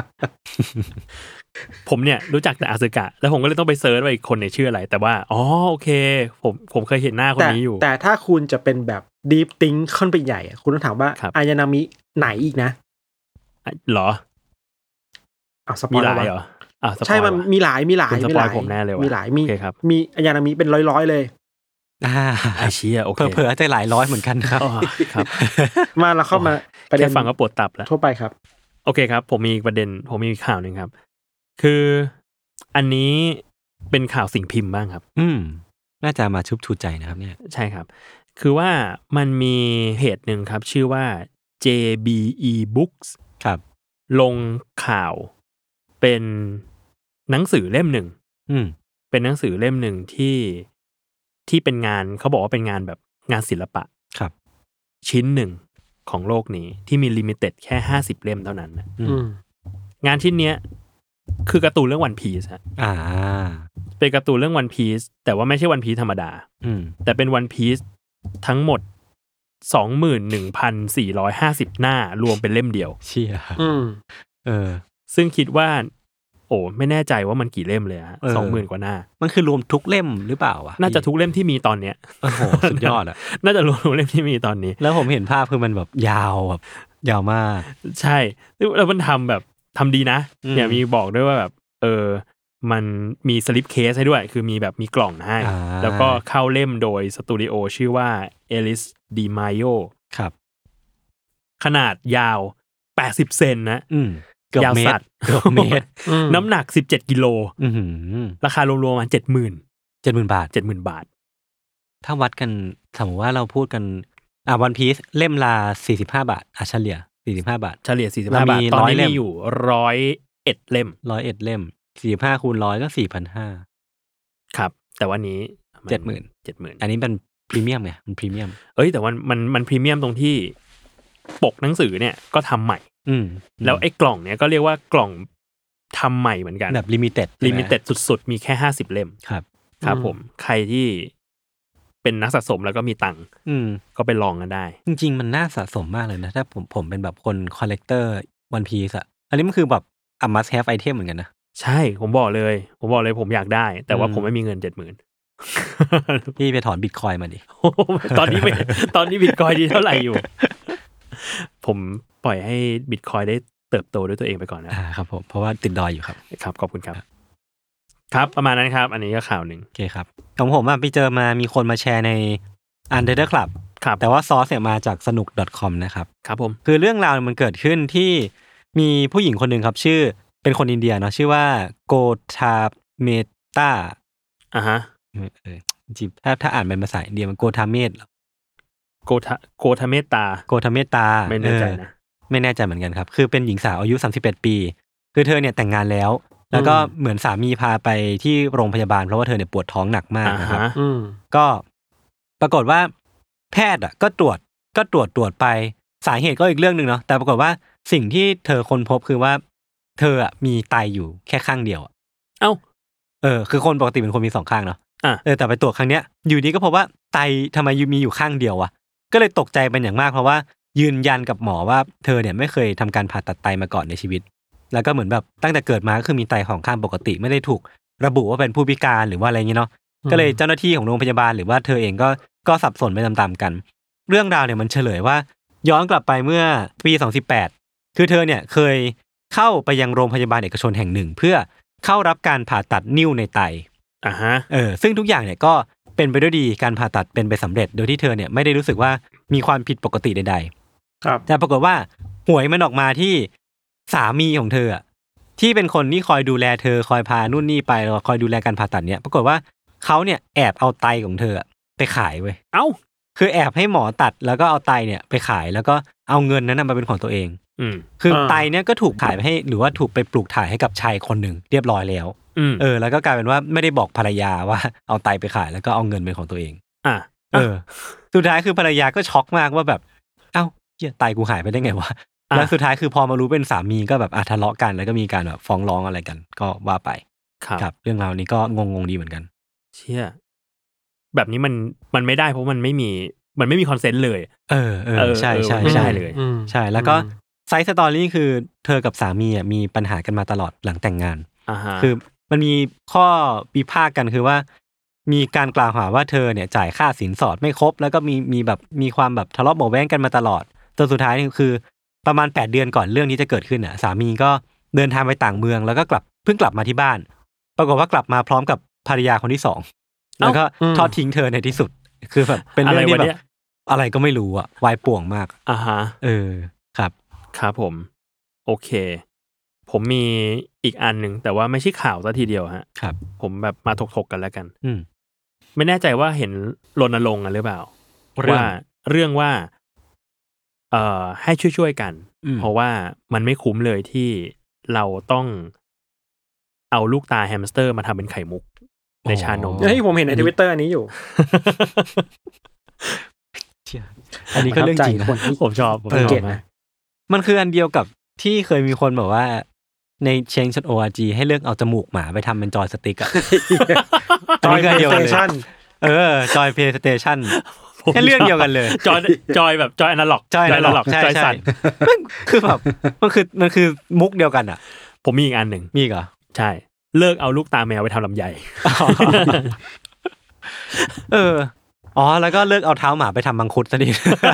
ผมเนี่ยรู้จักแต่อสึกะแล้วผมก็เลยต้องไปเซิร์ชว่าอีกคนเนี่ยชื่ออะไรแต่ว่าอ๋อโอเคผมผมเคยเห็นหน้าคนนี้อยู่แต่ถ้าคุณจะเป็นแบบ deep think ขึ้นไปใหญ่คุณต้องถามว่าอายานามิไหนอีกนะหรออ้าวสปอยล์เหรออ่ะใช่มันมีหลายมีหลายมีหลายผมแน่เลยว่ะมีหลายมีมีอายานามิเป็นร้อยๆเลยอ่าไอเชี่ยโอเคเผลอๆจะหลายร้อยเหมือนกันครับครับมาเราเข้ามาประเด็นฟังก็ปวดตับแล้วทั่วไปครับโอเคครับผมมีประเด็นผมมีข่าวนึงครับคืออันนี้เป็นข่าวสิ่งพิมพ์บ้างครับอืมน่าจะมาชุบชูใจนะครับเนี่ยใช่ครับคือว่ามันมีเพจนึงครับชื่อว่า เจ บี อี Books ครับลงข่าวเป็นหนังสือเล่มหนึ่งอืมเป็นหนังสือเล่มหนึ่งที่ที่เป็นงานเขาบอกว่าเป็นงานแบบงานศิลปะครับชิ้นหนึ่งของโลกนี้ที่มีลิมิเต็ดแค่ห้าสิบเล่มเท่านั้นนะงานชิ้นเนี้ยคือการ์ตูนเรื่อง One Piece ฮะอ่าเป็นการ์ตูนเรื่อง One Piece แต่ว่าไม่ใช่ One Piece ธรรมดาอืมแต่เป็น One Piece ทั้งหมด สองหมื่นหนึ่งพันสี่ร้อยห้าสิบ หน้ารวมเป็นเล่มเดียวเชี่ยอืมเออซึ่งคิดว่าโอ้ไม่แน่ใจว่ามันกี่เล่มเลยฮะสองหมื่นกว่าหน้ามันคือรวมทุกเล่มหรือเปล่าวะน่าจะทุกเล่มที่มีตอนเนี้ยโอ้โหสุดยอดอ่ะน่าจะรวมทุกเล่มที่มีตอนนี้แล้วผมเห็นภาพคือมันแบบยาวแบบยาวมากใช่แล้วมันทำแบบทำดีนะเนี่ยมีบอกด้วยว่าแบบเออมันมีสลิปเคสให้ด้วยคือมีแบบมีกล่องให้แล้วก็เข้าเล่มโดยสตูดิโอชื่อว่าเอลิสดีมาโยครับขนาดยาวแปดสิบเซนนะเกือบเมตรเกือบเมตรน้ำหนักสิบเจ็ดกิโลราคารวมๆประมาณ เจ็ดหมื่นเจ็ดหมื่น บาทเจ็ดหมื่น บาทถ้าวัดกันสมมุติว่าเราพูดกันอ่ะ One Piece เล่มละสี่สิบห้าบาทอ่ะเฉลี่ยสี่สิบห้าบาทเฉลี่ยสี่สิบห้าบาทตอนนี้มีอยู่หนึ่งร้อยเอ็ดเล่มหนึ่งร้อยเอ็ดเล่มสี่สิบห้าคูณหนึ่งร้อยก็ สี่พันห้าร้อยครับแต่วันนี้เจ็ดหมื่นเจ็ดหมื่นอันนี้เป็นพรีเมียมไงมันพรีเมียมเอ้ยแต่ว่ามันมันพรีเมียมตรงที่ปกหนังสือเนี่ยก็ทำใหม่แล้วไอ้กล่องเนี่ยก็เรียกว่ากล่องทำใหม่เหมือนกันแบบลิมิเต็ดลิมิเต็ดสุดๆมีแค่ห้าสิบเล่มครับครับผมใครที่เป็นนักสะสมแล้วก็มีตังค์ก็ไปลองกันได้จริงๆมันน่าสะสมมากเลยนะถ้าผมผมเป็นแบบคนคอลเลกเตอร์วันพีซอ่ะอันนี้มันคือแบบอ่ะ must have item เหมือนกันนะใช่ผมบอกเลยผมบอกเลยผมอยากได้แต่ว่าผมไม่มีเงิน เจ็ดหมื่นพี่ไปถอน Bitcoin มาดิตอนนี้ไม่ตอนนี้ Bitcoin ดีเท่าไหร่อยู่ผมปล่อยให้ Bitcoin ได้เติบโตด้วยตัวเองไปก่อนนะครับผมเพราะว่าติดดอยอยู่ครับครับขอบคุณครับครับประมาณนั้นครับอันนี้ก็ข่าวหนึ่งโอเคครับของผมอ่ะไปเจอมามีคนมาแชร์ใน Untitled Club ครับแต่ว่าซอสเนี่ยมาจากสนุก .com นะครับครับผมคือเรื่องราวมันเกิดขึ้นที่มีผู้หญิงคนหนึ่งครับชื่อเป็นคนอินเดียเนาะชื่อว่าโกธาเมตาอ่าฮะเออจริงถ้าถ้าอ่านเป็นภาษาอินเดียมันโกธาเมตโกธาโกธาเมตาโกธาเมตาไม่แน่ใจนะไม่แน่ใจเหมือนกันครับคือเป็นหญิงสาวอายุสามสิบเอ็ดปีคือเธอเนี่ยแต่งงานแล้วแล้วก็เหมือนสามีพาไปที่โรงพยาบาลเพราะว่าเธอเนี่ยปวดท้องหนักมากนะครับก็ปรากฏว่าแพทย์อ่ะก็ตรวจก็ตรวจตรวจไปสาเหตุก็อีกเรื่องนึงเนาะแต่ปรากฏว่าสิ่งที่เธอค้นพบคือว่าเธออ่ะมีไตอยู่แค่ข้างเดียวเอ้าเออคือคนปกติเป็นคนมีสองข้างเนาะเออแต่ไปตรวจครั้งเนี้ยอยู่ดีก็พบว่าไตทำไมมีอยู่ข้างเดียวอ่ะก็เลยตกใจเป็นอย่างมากเพราะว่ายืนยันกับหมอว่าเธอเนี่ยไม่เคยทำการผ่าตัดไตมาก่อนในชีวิตแล้วก็เหมือนแบบตั้งแต่เกิดมาก็คือมีไตของข้างปกติไม่ได้ถูกระบุว่าเป็นผู้พิการหรือว่าอะไรอย่างเงี้ยเนาะก็เลยเจ้าหน้าที่ของโรงพยาบาลหรือว่าเธอเองก็ก็สับสนไปตามๆกันเรื่องราวเนี่ยมันเฉลยว่าย้อนกลับไปเมื่อปีสองพันสิบแปดคือเธอเนี่ยเคยเข้าไปยังโรงพยาบาลเอกชนแห่งหนึ่งเพื่อเข้ารับการผ่าตัดนิ่วในไตอ่าฮะเออซึ่งทุกอย่างเนี่ยก็เป็นไปด้วยดีการผ่าตัดเป็นไปสำเร็จโดยที่เธอเนี่ยไม่ได้รู้สึกว่ามีความผิดปกติใดๆครับแต่ปรากฏว่าหวยมันออกมาที่สามีของเธอที่เป็นคนที่คอยดูแลเธอคอยพานู่นนี่ไปแล้วคอยดูแลการผ่าตัดเนี่ยปรากฏว่าเขาเนี่ยแอบเอาไตของเธอไปขายเว้ยเอ้าคือแอบให้หมอตัดแล้วก็เอาไตเนี่ยไปขายแล้วก็เอาเงินนั้นมาเป็นของตัวเองอืมคือไตเนี่ยก็ถูกขายไปให้หรือว่าถูกไปปลูกถ่ายให้กับชายคนหนึ่งเรียบร้อยแล้วเออแล้วก็กลายเป็นว่าไม่ได้บอกภรรยาว่าเอาไตไปขายแล้วก็เอาเงินเป็นของตัวเองอ่ะเออสุดท้ายคือภรรยาก็ช็อกมากว่าแบบเอ้าเหี้ยไตกูหายไปได้ไงวะแล้วสุดท้ายคือพอมารู้เป็นสามีก็แบบอ่ะทะเลาะกันแล้วก็มีการแบบฟ้องร้องอะไรกันก็ว่าไปครับเรื่องราวนี้ก็งงๆดีเหมือนกันเชี่ยแบบนี้มันมันไม่ได้เพราะมันไม่มีมันไม่มีคอนเซนต์เลยเออเออใช่ใช่ใช่เลยใช่แล้วก็ไซส์สตอรี่คือเธอกับสามีอ่ะมีปัญหากันมาตลอดหลังแต่งงานคือมันมีข้อวิพากษ์กันคือว่ามีการกล่าวหาว่าเธอเนี่ยจ่ายค่าสินสอดไม่ครบแล้วก็มีมีแบบมีความแบบทะเลาะเบาะแว้งกันมาตลอดจนสุดท้ายนี่คือประมาณแปดเดือนก่อนเรื่องนี้จะเกิดขึ้นอ่ะสามีก็เดินทางไปต่างเมืองแล้วก็กลับเพิ่งกลับมาที่บ้านปรากฏว่ากลับมาพร้อมกับภรรยาคนที่สองแล้วก็ทอดทิ้งเธอในที่สุดคือแบบเป็นเรื่องที่แบบอะไรก็ไม่รู้อ่ะวายป่วงมากอ่าฮะเออครับครับผมโอเคผมมีอีกอันหนึ่งแต่ว่าไม่ใช่ข่าวซะทีเดียวฮะครับผมแบบมาถกๆกันแล้วกันอืมไม่แน่ใจว่าเห็นรณรงค์กันหรือเปล่าว่าเรื่องว่าเอ่อให้ช่วยๆกันเพราะว่ามันไม่คุ้มเลยที่เราต้องเอาลูกตาแฮมสเตอร์มาทำเป็นไข่มุกในชานมเฮ้ยผมเห็นใน Twitter อันนี้อยู่อันนี้ก็เรื่องจริงนะผมชอบผมชอบนะมันคืออันเดียวกับที่เคยมีคนบอกว่าใน change dot org ให้เลือกเอาจมูกหมาไปทำเป็นจอยสติ๊กอ่ะจอย PlayStation เออจอย PlayStation แค่เรื่องเดียวกันเลยจอยจอยแบบจอยอนาล็อกจอยอนาล็อกจอยสั่นคือแบบมันคือมันคือมุกเดียวกันอ่ะผมมีอีกอันหนึ่งมีเหรอใช่เลิกเอาลูกตาแมวไปทำลำไยเอออ๋อแล้วก็เลิกเอาเท้าหมาไปทำมังคุดซะดิ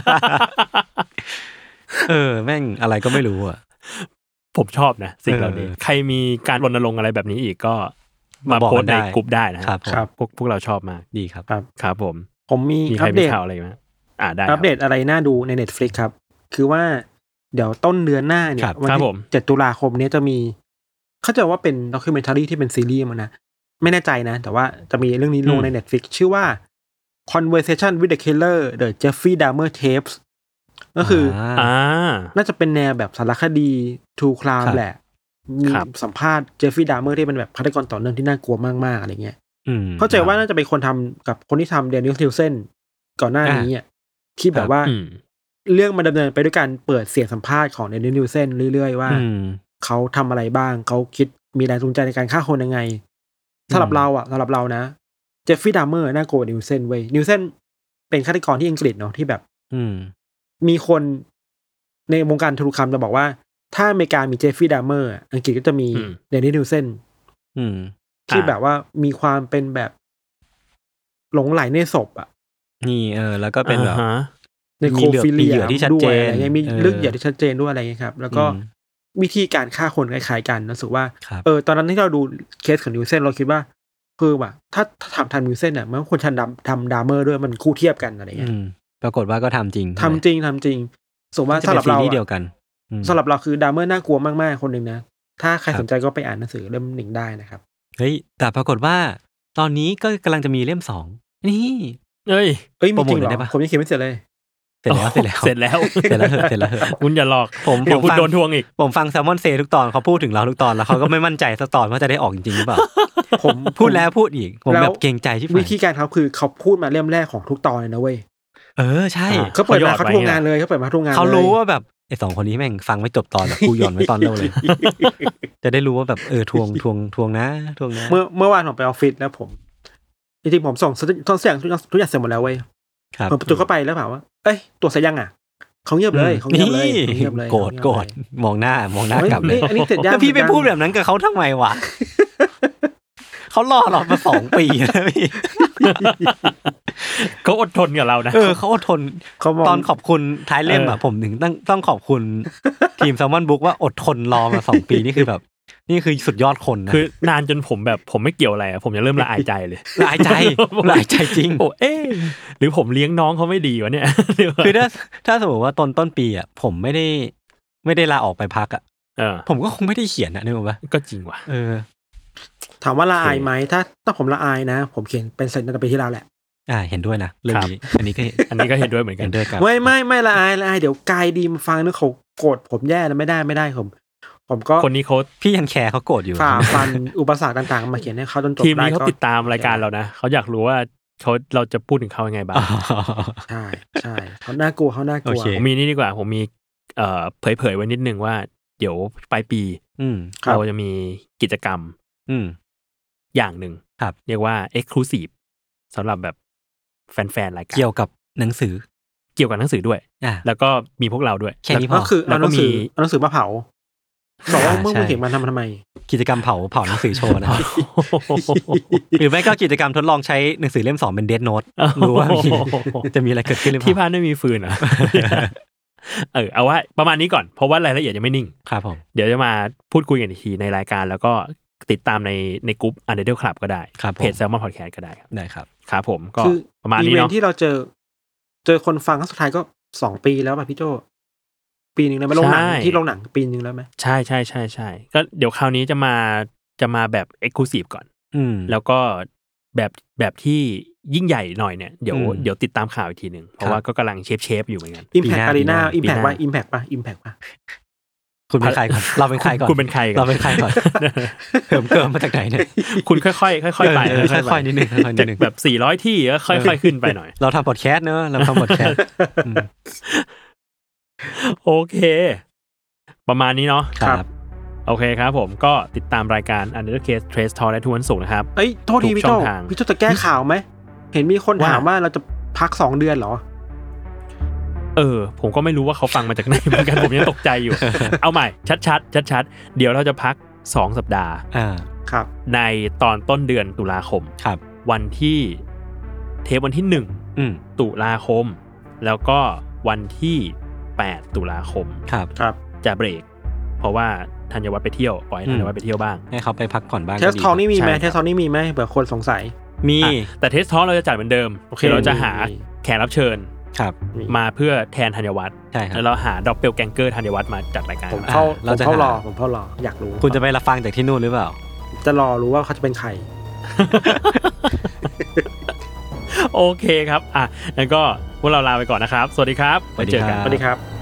เออแม่งอะไรก็ไม่รู้อ่ะผมชอบนะสิ่งเหล่านี้ใครมีการรณรงค์อะไรแบบนี้อีกก็มาโพสต์ในกลุ่มได้นะครับพวกพวกเราชอบมากดีครับครับครับผมผมมีอัปเดตข่าวอะไรมั้ยอ่าได้อัปเดตอะไรน่าดูใน Netflix ครับคือว่าเดี๋ยวต้นเดือนหน้าเนี่ยวันที่เจ็ดตุลาคมนี้จะมีเขาจะว่าเป็นด็อกิวเมนทารีที่เป็นซีรีส์มั้งนะไม่แน่ใจนะแต่ว่าจะมีเรื่องนี้ลงใน Netflix ชื่อว่า Conversation with the Killer The Jeffrey Dahmer Tapes ก็คืออ่าน่าจะเป็นแนวแบบสารคดี True Crime แหละมีสัมภาษณ์ Jeffrey Dahmer ที่เป็นแบบฆาตกรต่อเนื่องที่น่ากลัวมากๆอะไรเงี้ยเข้าใจว่าน่าจะเป็นคนทำกับคนที่ทำ Daniel Nielsen ก่อนหน้านี้อ่ะที่แบบว่าเรื่องมันดำเนินไปด้วยการเปิดเสียงสัมภาษณ์ของ Daniel Nielsen เรื่อยๆว่าเขาทำอะไรบ้างเขาคิดมีแรงจูงใจในการฆ่าคนยังไงสำหรับเราอ่ะสำหรับเรานะเจฟฟี่ดามเมอร์น่ากลัวนิวเซนเว้ยนิวเซนเป็นฆาตกรที่อังกฤษเนาะที่แบบมีคนในวงการธุรกรรมจะบอกว่าถ้าอเมริกามีเจฟฟี่ดามเมอร์อังกฤษก็จะมีเดนนิสนิวเซนที่แบบว่ามีความเป็นแบบหลงไหลในศพอ่ะนี่เออแล้วก็เป็นแบบในโคฟิเลียที่ชัดเจนอะไรเงี้ยมีเรื่องเหยื่อที่ชัดเจนด้วยอะไรเงี้ยครับแล้วก็วิธีการฆ่าคนคล้ายๆกันรู้สึกว่าเออตอนนั้นที่เราดูเคสของนิวเซนเราคิดว่าคือว่าถ้าถ้าทำทันนิวเซนเนี่ยมันควรทำทำดามเมอร์ด้วยมันคู่เทียบกันอะไรเงี้ยปรากฏว่าก็ทำจริงทำจริงทำจริงสมมติว่าสำหรับเราเดียวกันสำหรับเราคือดามเมอร์น่ากลัวมากๆคนหนึ่งนะถ้าใครสนใจก็ไปอ่านหนังสือเล่มหนึ่งได้นะครับเฮ้ยแต่ปรากฏว่าตอนนี้ก็กำลังจะมีเล่มสองนี่เอ้ยเอ้ยมีจริงเหรอผมยังเขียนไม่เสร็จเลยเสร็จแล้วเสร็จแล้วเสร็จแล้วเสร็จแล้วเสร็จแล้วคุณอย่าหลอกผมเดี๋ยวคุณโดนทวงอีกผมฟังแซลมอนเซทุกตอนเขาพูดถึงเราทุกตอนแล้วเขาก็ไม่มั่นใจสักตอนว่าจะได้ออกจริงๆหรือเปล่าผมพูดแล้วพูดอีกผมแบบเกรงใจชิบหายวิธีการเขาคือเขาพูดมาเล่มแรกของทุกตอนเลยนะเว้ยเออใช่เขาเปิดมาเขาทวงงานเลยเขาเปิดมาทวงงานเขารู้ว่าแบบไอ้สองคนนี้แม่งฟังไม่จบตอนแบบกูหย่อนไว้ตอนเล่าเลยจะได้รู้ว่าแบบเออทวงทวงทวงนะทวงนะเมื่อเมื่อวานผมไปออฟฟิศแล้วผมจริงๆผมส่งทุกอย่างทุกอย่างเสร็จหมดแล้วเว้ยผมจุดเข้าไปแล้วถามว่าเอ้ยตัวเสร็จยังอ่ะเขาเงียบเลยเขาเงียบเลยเงียบเลยโกรธโกรธมองหน้ามองหน้ากลับเลยอันนี้เสร็จยังพี่ไปพูดแบบนั้นกับเขาทำไมวะเขารอเรามาสองปีแล้วพี่เขาอดทนกับเรานะเออเขาอดทนตอนขอบคุณท้ายเล่มอ่ะผมถึงต้องต้องขอบคุณทีม Salmon Book ว่าอดทนรอมาสองปีนี่คือแบบนี่คือสุดยอดคนนะคือนานจนผมแบบผมไม่เกี่ยวอะไรอ่ะผมยังเริ่มละอายใจเลยละอายใจละอายใจจริงโอ้เอ๊ะหรือผมเลี้ยงน้องเขาไม่ดีวะเนี่ยคือถ้าถ้าสมมติว่าต้นต้นปีอ่ะผมไม่ได้ไม่ได้ลาออกไปพักอ่ะผมก็คงไม่ได้เขียนนะนึกออกปะก็จริงว่ะเออถามว่าละอายไหมถ้าถ้าผมละอายนะผมเขียนเป็นเสร็จตั้งแต่ปีที่แล้วแหละอ่าเห็นด้วยนะเรื่องนี้อันนี้ก็อันนี้ก็เห็นด้วยเหมือนกันด้วยกันไม่ไม่ไม่ละอายละอายเดี๋ยวกายดีมาฟังนึกเขาโกรธผมแย่แล้วไม่ได้ไม่ได้ผมผมก็คนนี้เขาพี่ยันแคร์เขาโกรธอยู่ฝ่าฟันอุปสรรคต่างๆมาเขียนให้เขาจนจบได้ทีมนี้เขาติดตามรายการเรานะเขาอยากรู้ว่าเขาเราจะพูดถึงเขายังไงบ้างใช่ใช่เขาน่ากลัวเขาน่ากลัวผมมีนี่ดีกว่าผมมีเอ่อเผยๆไว้นิดนึงว่าเดี๋ยวปลายปีเราจะมีกิจกรรมอย่างหนึ่งเรียกว่า Exclusive สำหรับแบบแฟนๆรายการเกี่ยวกับหนังสือเกี่ยวกับหนังสือด้วยแล้วก็มีพวกเราด้วยแค่นี้พอก็คือเอาหนังสือเอาหนังสือมาเผาบอกว่าเมื่อมึงเห็นมันทำทำไมกิจกรรมเผาเผาหนังสือโชว์นะครับหรือไม่ก็กิจกรรมทดลองใช้หนังสือเล่มสองเป็นเดดโน้ตรู้ว่าจะมีอะไรเกิดขึ้นหรือเปล่าที่บ้านไม่มีฟืนอ่ะเออเอาว่าประมาณนี้ก่อนเพราะว่ารายละเอียดยังไม่นิ่งครับผมเดี๋ยวจะมาพูดคุยกันอีกทีในรายการแล้วก็ติดตามในในกลุ่ม Undertale Club ก็ได้เพจ Salmon Podcast ก็ได้ครับได้ครับครับผมก็ประมาณนี้เนาะที่เราเจอเจอคนฟังครั้งสุดท้ายก็สองปีแล้วป่ะพี่โจปีนึงแล้วมาลงหนังที่ลงหนังปีนึงแล้วไหมใช่ใช่ใช่ใช่ก็เดี๋ยวคราวนี้จะมาจะมาแบบ Exclusive ก่อนแล้วก็แบบแบบที่ยิ่งใหญ่หน่อยเนี่ยเดี๋ยวเดี๋ยวติดตามข่าวอีกทีนึงเพราะว่าก็กำลังเชฟเชฟอยู่เหมือนกัน Impact Arena Impact ป่ะ Impact ป่ะ Impact ป่ะคุณเป็นใครก่อนเราเป็นใครก่อนคุณเป็นใครก่อนเราเป็นใครก่อนเพิ่มเกินมาจากไหนเนี่ยคุณค่อยๆค่อยๆไปค่อยๆนิดนึงค่อยๆนิดนึงแบบสี่ร้อยที่ก็ค่อยๆขึ้นไปหน่อยเราทำพอดแคสต์เนอะเราทำพอดแคสต์โอเคประมาณนี้เนาะครับโอเคครับผมก็ติดตามรายการ Undertale Case Trace Talk และทุกวันศุกร์นะครับเอ้ยโทษทีพี่โจพี่โจจะแก้ข่าวไหมเห็นมีคนถามว่าเราจะพักสองเดือนเหรอเออผมก็ไม่รู้ว่าเขาฟังมาจากไหนเหมือนกันผมยังตกใจอยู่เอาใหม่ชัดๆชัดๆเดี๋ยวเราจะพักสองสัปดาห์อ่าครับในตอนต้นเดือนตุลาคมครับวันที่เทปวันที่หนึ่งอืมตุลาคมแล้วก็วันที่แปดตุลาคมครับครับจะเบรกเพราะว่าธัญวัฒน์ไปเที่ยวปล่อยธัญวัฒน์ไปเที่ยวบ้างให้เขาไปพักผ่อนบ้างเทสทอลนี่มีมั้ยเทสทอลนี่มีมั้ยเผื่อคนสงสัยมีแต่เทสทอลเราจะจัดเหมือนเดิมคือเราจะหาแขกรับเชิญครับมาเพื่อแทนธัญวัฒน์ใช่ครับแล้วเราหาด็อปเปิลแกงเกอร์ธัญวัฒน์มาจัดรายการผมเข้าเราจะเข้ารอผมเข้ารออยากรู้คุณจะไปรับฟังจากที่นู่นหรือเปล่าจะรอรู้ว่าเขาจะเป็นใครโอเคครับอ่ะงั้นก็พวกเราลาไปก่อนนะครับสวัสดีครับไว้เจอกันสวัสดีครับ